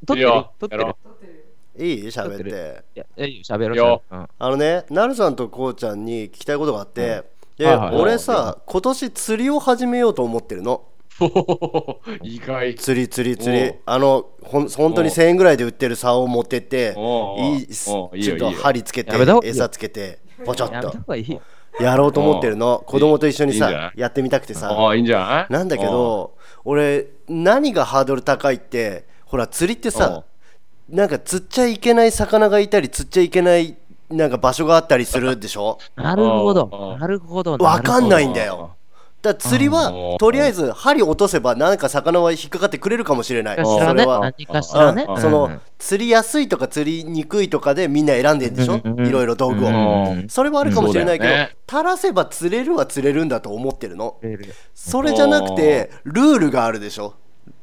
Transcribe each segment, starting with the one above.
撮ってる撮ってる。 いい喋って。 いや、いいよ、喋ろうよ。 なるさんとこうちゃんに聞きたいことがあって、で、 はいはい俺さ、今年釣りを始めようと思ってるの。 意外。 釣り。本当に1000円ぐらいで売ってる竿を持ってって、ちょっと針つけて、餌つけて、ポチョッとやろうと思ってるの。子供と一緒にさ、やってみたくてさ。 いいんじゃない？ なんだけど、俺、何がハードル高いって、ほら、釣りってさ、なんか釣っちゃいけない魚がいたり、釣っちゃいけないなんか場所があったりするでしょ。 なるほど、なるほど。 わかんないんだよ。だから釣りはとりあえず針落とせばなんか魚は引っかかってくれるかもしれない。それは何かしらね。 その釣りやすいとか釣りにくいとかでみんな選んでんでしょ。いろいろ道具を。それはあるかもしれないけど、垂らせば釣れるは釣れるんだと思ってるの。それじゃなくてルールがあるでしょ。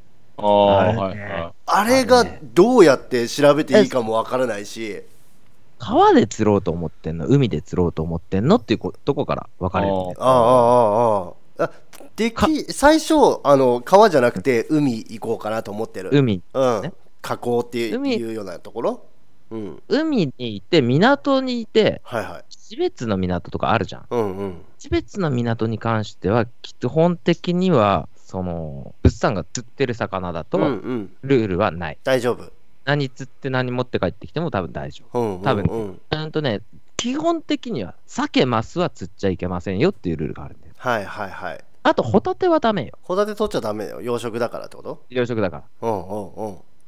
あれがどうやって調べていいかもわからないし。 川で釣ろうと思ってんの、海で釣ろうと思ってんのっていうとこから分かれるんだよ。最初川じゃなくて海行こうかなと思ってる。 海、 河口っていうようなところ、 海にいて港にいて、標別の港とかあるじゃん。標別の港に関しては基本的にはその物産が釣ってる魚だとルールはない。 大丈夫。 何釣って何持って帰ってきても多分大丈夫。多分基本的には鮭マスは釣っちゃいけませんよっていうルールがあるんだよ。あとホタテはダメよ。 ホタテ取っちゃダメよ。養殖だからってこと？ 養殖だから。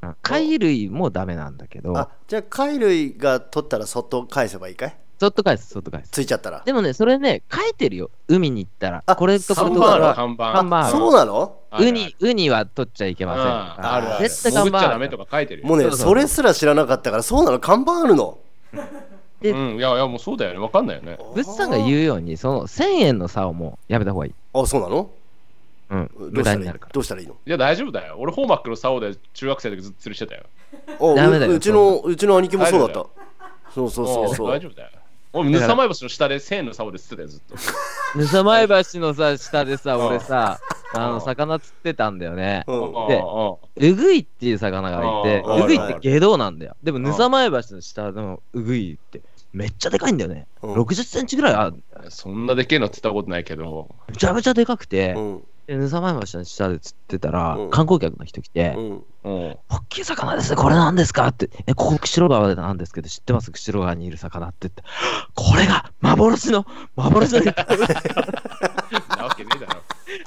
貝類もダメなんだけど。 じゃあ貝類が取ったらそっと返せばいいかい？ そっと返す。 ついちゃったら。 でもね、それね、書いてるよ。海に行ったら。これとこれとか看板。 そうなの？ ウニは取っちゃいけません。 ある。絶対看板。潜っちゃダメとか書いてるよ。 もうね、それすら知らなかったから、そうなの？看板あるの？ いやもうそうだよね。わかんないよね。 物産が言うように、その1000円の差をもうやめた方がいい。 そうなの？ 無駄になるから。 どうしたらいいの？ いや大丈夫だよ。俺ホーマックの竿で中学生の時ずっと釣りしてたよ。 ダメだよ。うちの兄貴もそうだった。そう。 大丈夫だよ。俺、ぬさまい橋の下で1000円の竿で釣ってたよ、ずっと。 ぬさまい橋のさ、下でさ、俺さ、魚釣ってたんだよね。で、ウグイっていう魚がいて、ウグイって下道なんだよ。でも、ぬさまい橋の下のウグイってめっちゃでかいんだよね。60センチぐらいある。 そんなでけえの釣ったことないけど。 めちゃめちゃでかくて、ぬさまい橋の下で釣ってたら、観光客の人来て、大きい魚ですね、これなんですかって、ここ釧路川なんですけど、知ってます？釧路川にいる魚って言って、これが幻のなわけねえだ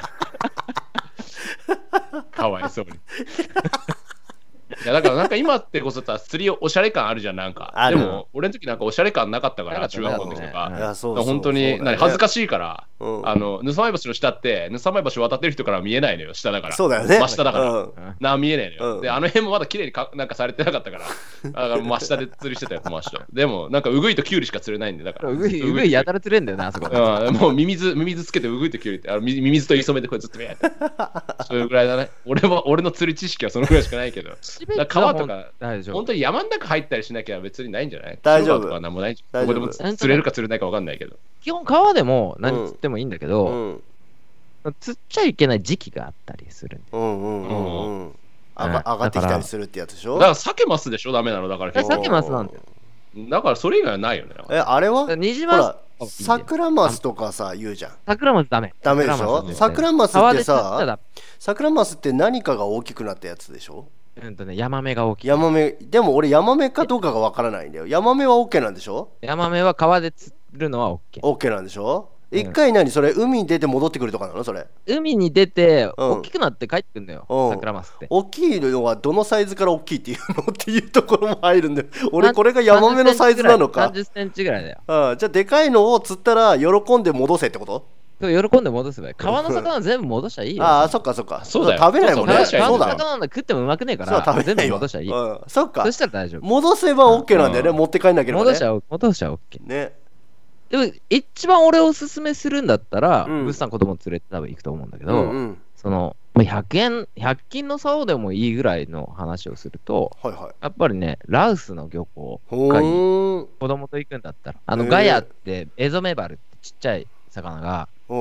ろ。かわいそうに。いやだからなんか今ってこそさ釣りおしゃれ感あるじゃんなんか。でも俺の時なんかおしゃれ感なかったから中学校の時とか。本当に恥ずかしいからぬさまい橋の下ってぬさまい橋渡ってる人から見えないのよ下だから。 そうだよね。 真下だから見えないのよ。であの辺もまだ綺麗になんかされてなかったからだから真下で釣りしてたよ友達と。でもなんかウグイとキュウリしか釣れないんでだから。 ウグイやたら釣れんだよなあそこ。 もうミミズつけてウグイとキュウリってミミズと磯目でこれずっと見えて。それぐらいだね。俺の釣り知識はそのぐらいしかないけど。川とか本当に山の中入ったりしなきゃ別にないんじゃない？ 大丈夫。 とかなんもないんじゃん。どこでも釣れるか釣れないか分かんないけど。 基本川でも何釣ってもいいんだけど、釣っちゃいけない時期があったりするんで。 上がってきたりするってやつでしょ？ だから鮭マスでしょダメなのだから。 鮭マスなんだよ。 だからそれ以外はないよね。 あれは？ ニジマス桜マスとかさ言うじゃん。 桜マスダメでしょ？桜マスってさ、桜マスって何かが大きくなったやつでしょ？ ヤマメが大きい。 ヤマメ、でも俺ヤマメかどうかがわからないんだよ。ヤマメは OK なんでしょ？ ヤマメは川で釣るのは OK。OK なんでしょ？一回それ海に出て戻ってくるとかなのそれ？ 海に出て大きくなって帰ってくるんだよ、桜マスって。 大きいのはどのサイズから大きいっていうのっていうところも入るんだよ。俺これがヤマメのサイズなのか。 30センチぐらいだよ。 じゃあでかいのを釣ったら喜んで戻せってこと？ 喜んで戻せばいい。川の魚全部戻しちゃいいよ。 そっか。 そうだよ。 食べないもんね。 川の魚なんだ食ってもうまくねえから全部戻しちゃいい。 そっか。 そしたら大丈夫。 戻せば OK なんだよね。持って帰んなければね。 戻しちゃ OK。 ね。 でも一番俺おすすめするんだったら、物産子供連れて多分行くと思うんだけど、その100均の竿でもいいぐらいの話をすると、やっぱりねラウスの漁港がいい。子供と行くんだったらガヤってエゾメバルってちっちゃい魚が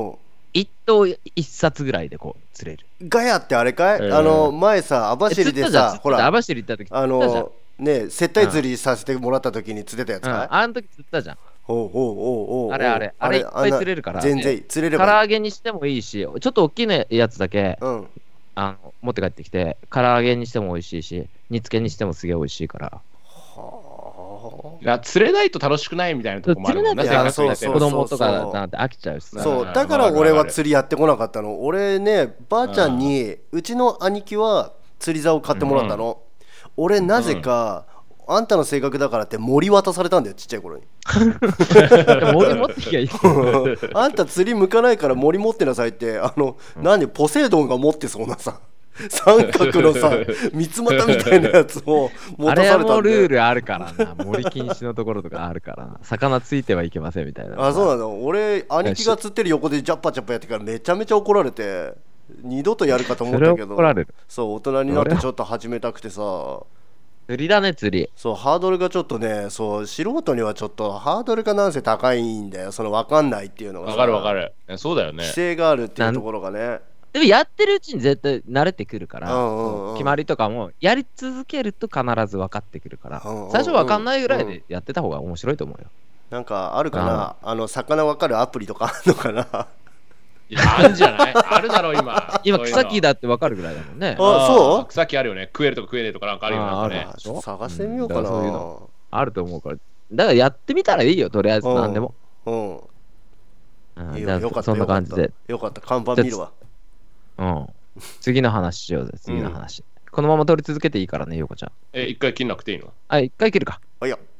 一頭一冊ぐらいでこう釣れる。 ガヤってあれかい、前さ網走でさ、ほら網走行った時ね接待釣りさせてもらった時に釣れたやつかい、 あの時釣ったじゃん。 あれいっぱい釣れるから、 全然釣れれば唐揚げにしてもいいし、ちょっと大きなやつだけ、持って帰ってきて唐揚げにしても美味しいし、煮付けにしてもすげえ美味しいから。 いや釣れないと楽しくないみたいなとこもあるもんね。 子供とかなんて飽きちゃうしさ。 そうだから俺は釣りやってこなかったの。俺ねばあちゃんにうちの兄貴は釣り竿を買ってもらったの。俺なぜか、あんたの性格だからって森渡されたんだよ、ちっちゃい頃に。 森持ってきゃいいあんた釣り向かないから森持ってなさいって、何ポセイドンが持ってそうなさ三角のさ三つ股みたいなやつを持たされたんで。 あれもルールあるからな。森禁止のところとかあるからな。魚ついてはいけませんみたいな。 あ、そうなの。俺兄貴が釣ってる横でジャッパジャッパやってからめちゃめちゃ怒られて、二度とやるかと思ったけど、そう大人になってちょっと始めたくてさ。 釣りだね、釣り。 そうハードルがちょっとね、そう素人にはちょっとハードルがなんせ高いんだよ。その分かんないっていうのがさ。 分かるそうだよね。 規制があるっていうところがね。 でもやってるうちに絶対慣れてくるから、決まりとかもやり続けると必ず分かってくるから、最初分かんないぐらいでやってた方が面白いと思うよ。 なんかあるかな、魚分かるアプリとかあるのかな。 いやあるんじゃない？あるだろう今草木だって分かるぐらいだもんね。 あ、そう？ 草木あるよね。食えるとか食えねえとかなんかあるよね。 探してみようかな。そういうのあると思うから。だからやってみたらいいよ、とりあえず何でも。 よかった。 そんな感じで。 よかった。看板見るわ。 次の話しようぜ、次の話。このまま撮り続けていいからね、よこちゃん。 一回切んなくていいの？ 一回切るか。 はいよ。